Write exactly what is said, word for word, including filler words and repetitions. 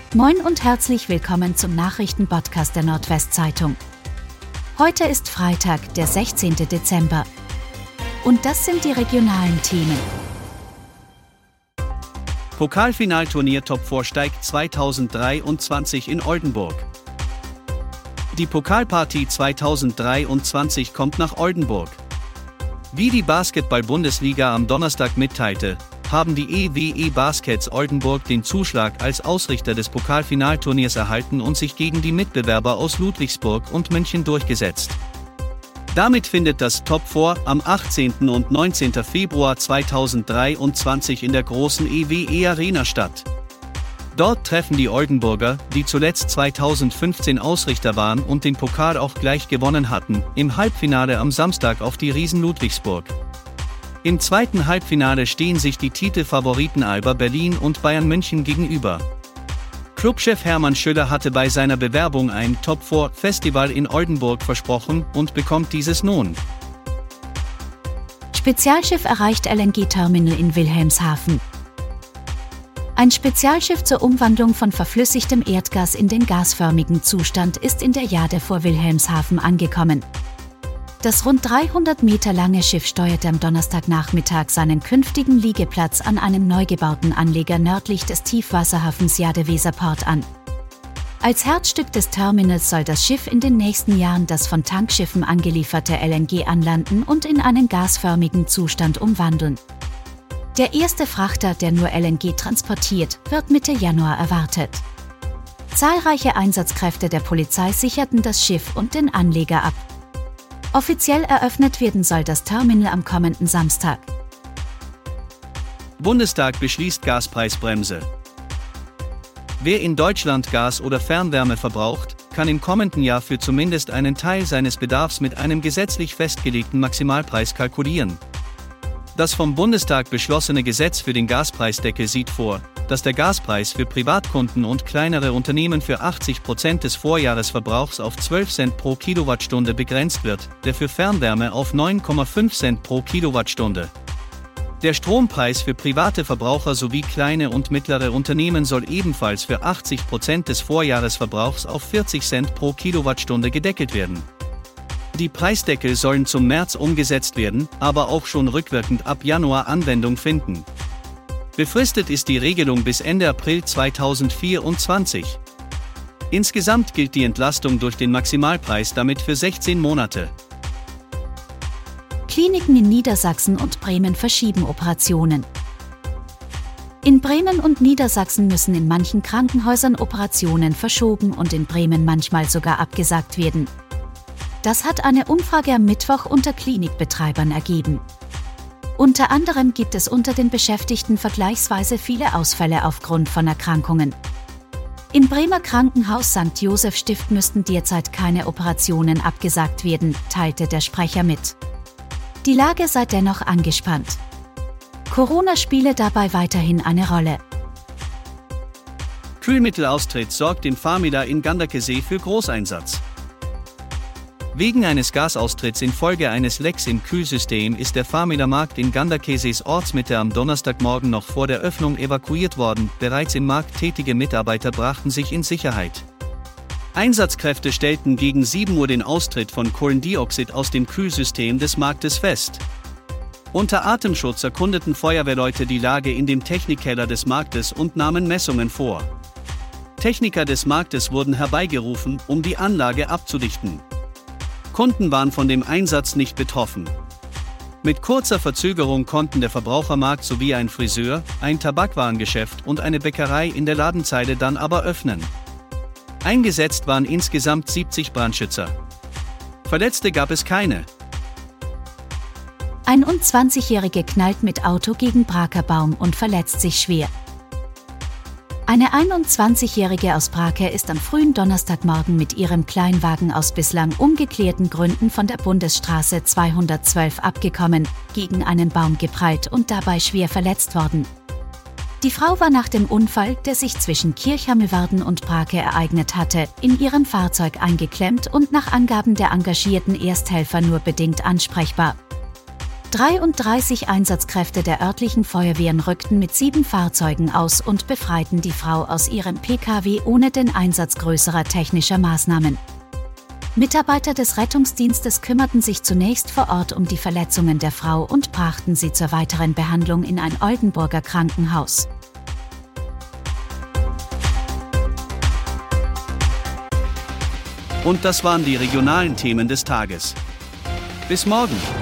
Moin und herzlich willkommen zum Nachrichtenpodcast der Nordwestzeitung. Heute ist Freitag, der sechzehnten Dezember. Und das sind die regionalen Themen. Pokalfinalturnier Top vier steigt zweitausenddreiundzwanzig in Oldenburg. Die Pokalpartie zweitausenddreiundzwanzig kommt nach Oldenburg. Wie die Basketball-Bundesliga am Donnerstag mitteilte, haben die E W E Baskets Oldenburg den Zuschlag als Ausrichter des Pokalfinalturniers erhalten und sich gegen die Mitbewerber aus Ludwigsburg und München durchgesetzt. Damit findet das Top vier am achtzehnten und neunzehnten Februar zweitausenddreiundzwanzig in der großen E W E Arena statt. Dort treffen die Oldenburger, die zuletzt zweitausendfünfzehn Ausrichter waren und den Pokal auch gleich gewonnen hatten, im Halbfinale am Samstag auf die Riesen Ludwigsburg. Im zweiten Halbfinale stehen sich die Titelfavoriten Alba Berlin und Bayern München gegenüber. Clubchef Hermann Schüller hatte bei seiner Bewerbung ein Top vier Festival in Oldenburg versprochen und bekommt dieses nun. Spezialschiff erreicht L N G-Terminal in Wilhelmshaven. Ein Spezialschiff zur Umwandlung von verflüssigtem Erdgas in den gasförmigen Zustand ist in der Jade vor Wilhelmshaven angekommen. Das rund dreihundert Meter lange Schiff steuerte am Donnerstagnachmittag seinen künftigen Liegeplatz an einem neu gebauten Anleger nördlich des Tiefwasserhafens Jade-Weserport an. Als Herzstück des Terminals soll das Schiff in den nächsten Jahren das von Tankschiffen angelieferte L N G anlanden und in einen gasförmigen Zustand umwandeln. Der erste Frachter, der nur L N G transportiert, wird Mitte Januar erwartet. Zahlreiche Einsatzkräfte der Polizei sicherten das Schiff und den Anleger ab. Offiziell eröffnet werden soll das Terminal am kommenden Samstag. Bundestag beschließt Gaspreisbremse. Wer in Deutschland Gas oder Fernwärme verbraucht, kann im kommenden Jahr für zumindest einen Teil seines Bedarfs mit einem gesetzlich festgelegten Maximalpreis kalkulieren. Das vom Bundestag beschlossene Gesetz für den Gaspreisdeckel sieht vor, dass der Gaspreis für Privatkunden und kleinere Unternehmen für achtzig Prozent des Vorjahresverbrauchs auf zwölf Cent pro Kilowattstunde begrenzt wird, der für Fernwärme auf neun Komma fünf Cent pro Kilowattstunde. Der Strompreis für private Verbraucher sowie kleine und mittlere Unternehmen soll ebenfalls für achtzig Prozent des Vorjahresverbrauchs auf vierzig Cent pro Kilowattstunde gedeckelt werden. Die Preisdeckel sollen zum März umgesetzt werden, aber auch schon rückwirkend ab Januar Anwendung finden. Befristet ist die Regelung bis Ende April zweitausendvierundzwanzig. Insgesamt gilt die Entlastung durch den Maximalpreis damit für sechzehn Monate. Kliniken in Niedersachsen und Bremen verschieben Operationen. In Bremen und Niedersachsen müssen in manchen Krankenhäusern Operationen verschoben und in Bremen manchmal sogar abgesagt werden. Das hat eine Umfrage am Mittwoch unter Klinikbetreibern ergeben. Unter anderem gibt es unter den Beschäftigten vergleichsweise viele Ausfälle aufgrund von Erkrankungen. Im Bremer Krankenhaus Sankt Joseph Stift müssten derzeit keine Operationen abgesagt werden, teilte der Sprecher mit. Die Lage sei dennoch angespannt. Corona spiele dabei weiterhin eine Rolle. Kühlmittelaustritt sorgt in Famila in Ganderkesee für Großeinsatz. Wegen eines Gasaustritts infolge eines Lecks im Kühlsystem ist der Famila-Markt in Ganderkesees Ortsmitte am Donnerstagmorgen noch vor der Öffnung evakuiert worden, bereits im Markt tätige Mitarbeiter brachten sich in Sicherheit. Einsatzkräfte stellten gegen sieben Uhr den Austritt von Kohlendioxid aus dem Kühlsystem des Marktes fest. Unter Atemschutz erkundeten Feuerwehrleute die Lage in dem Technikkeller des Marktes und nahmen Messungen vor. Techniker des Marktes wurden herbeigerufen, um die Anlage abzudichten. Kunden waren von dem Einsatz nicht betroffen. Mit kurzer Verzögerung konnten der Verbrauchermarkt sowie ein Friseur, ein Tabakwarengeschäft und eine Bäckerei in der Ladenzeile dann aber öffnen. Eingesetzt waren insgesamt siebzig Brandschützer. Verletzte gab es keine. Ein einundzwanzigjährige knallt mit Auto gegen Brakerbaum und verletzt sich schwer. Eine einundzwanzigjährige aus Braker ist am frühen Donnerstagmorgen mit ihrem Kleinwagen aus bislang ungeklärten Gründen von der Bundesstraße zweihundertzwölf abgekommen, gegen einen Baum geprallt und dabei schwer verletzt worden. Die Frau war nach dem Unfall, der sich zwischen Kirchhammelwarden und Braker ereignet hatte, in ihrem Fahrzeug eingeklemmt und nach Angaben der engagierten Ersthelfer nur bedingt ansprechbar. dreiunddreißig Einsatzkräfte der örtlichen Feuerwehren rückten mit sieben Fahrzeugen aus und befreiten die Frau aus ihrem P K W ohne den Einsatz größerer technischer Maßnahmen. Mitarbeiter des Rettungsdienstes kümmerten sich zunächst vor Ort um die Verletzungen der Frau und brachten sie zur weiteren Behandlung in ein Oldenburger Krankenhaus. Und das waren die regionalen Themen des Tages. Bis morgen!